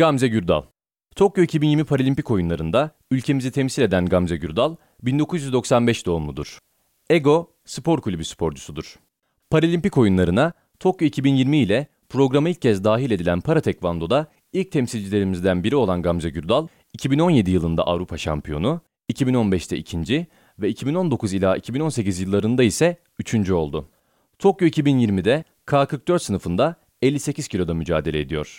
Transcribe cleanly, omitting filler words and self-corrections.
Gamze Gürdal. Tokyo 2020 Paralimpik Oyunlarında ülkemizi temsil eden Gamze Gürdal, 1995 doğumludur. EGO Spor Kulübü sporcusudur. Paralimpik Oyunlarına Tokyo 2020 ile programa ilk kez dahil edilen para tekvandoda ilk temsilcilerimizden biri olan Gamze Gürdal, 2017 yılında Avrupa şampiyonu, 2015'te ikinci ve 2019 ila 2018 yıllarında ise üçüncü oldu. Tokyo 2020'de K44 sınıfında 58 kiloda mücadele ediyor.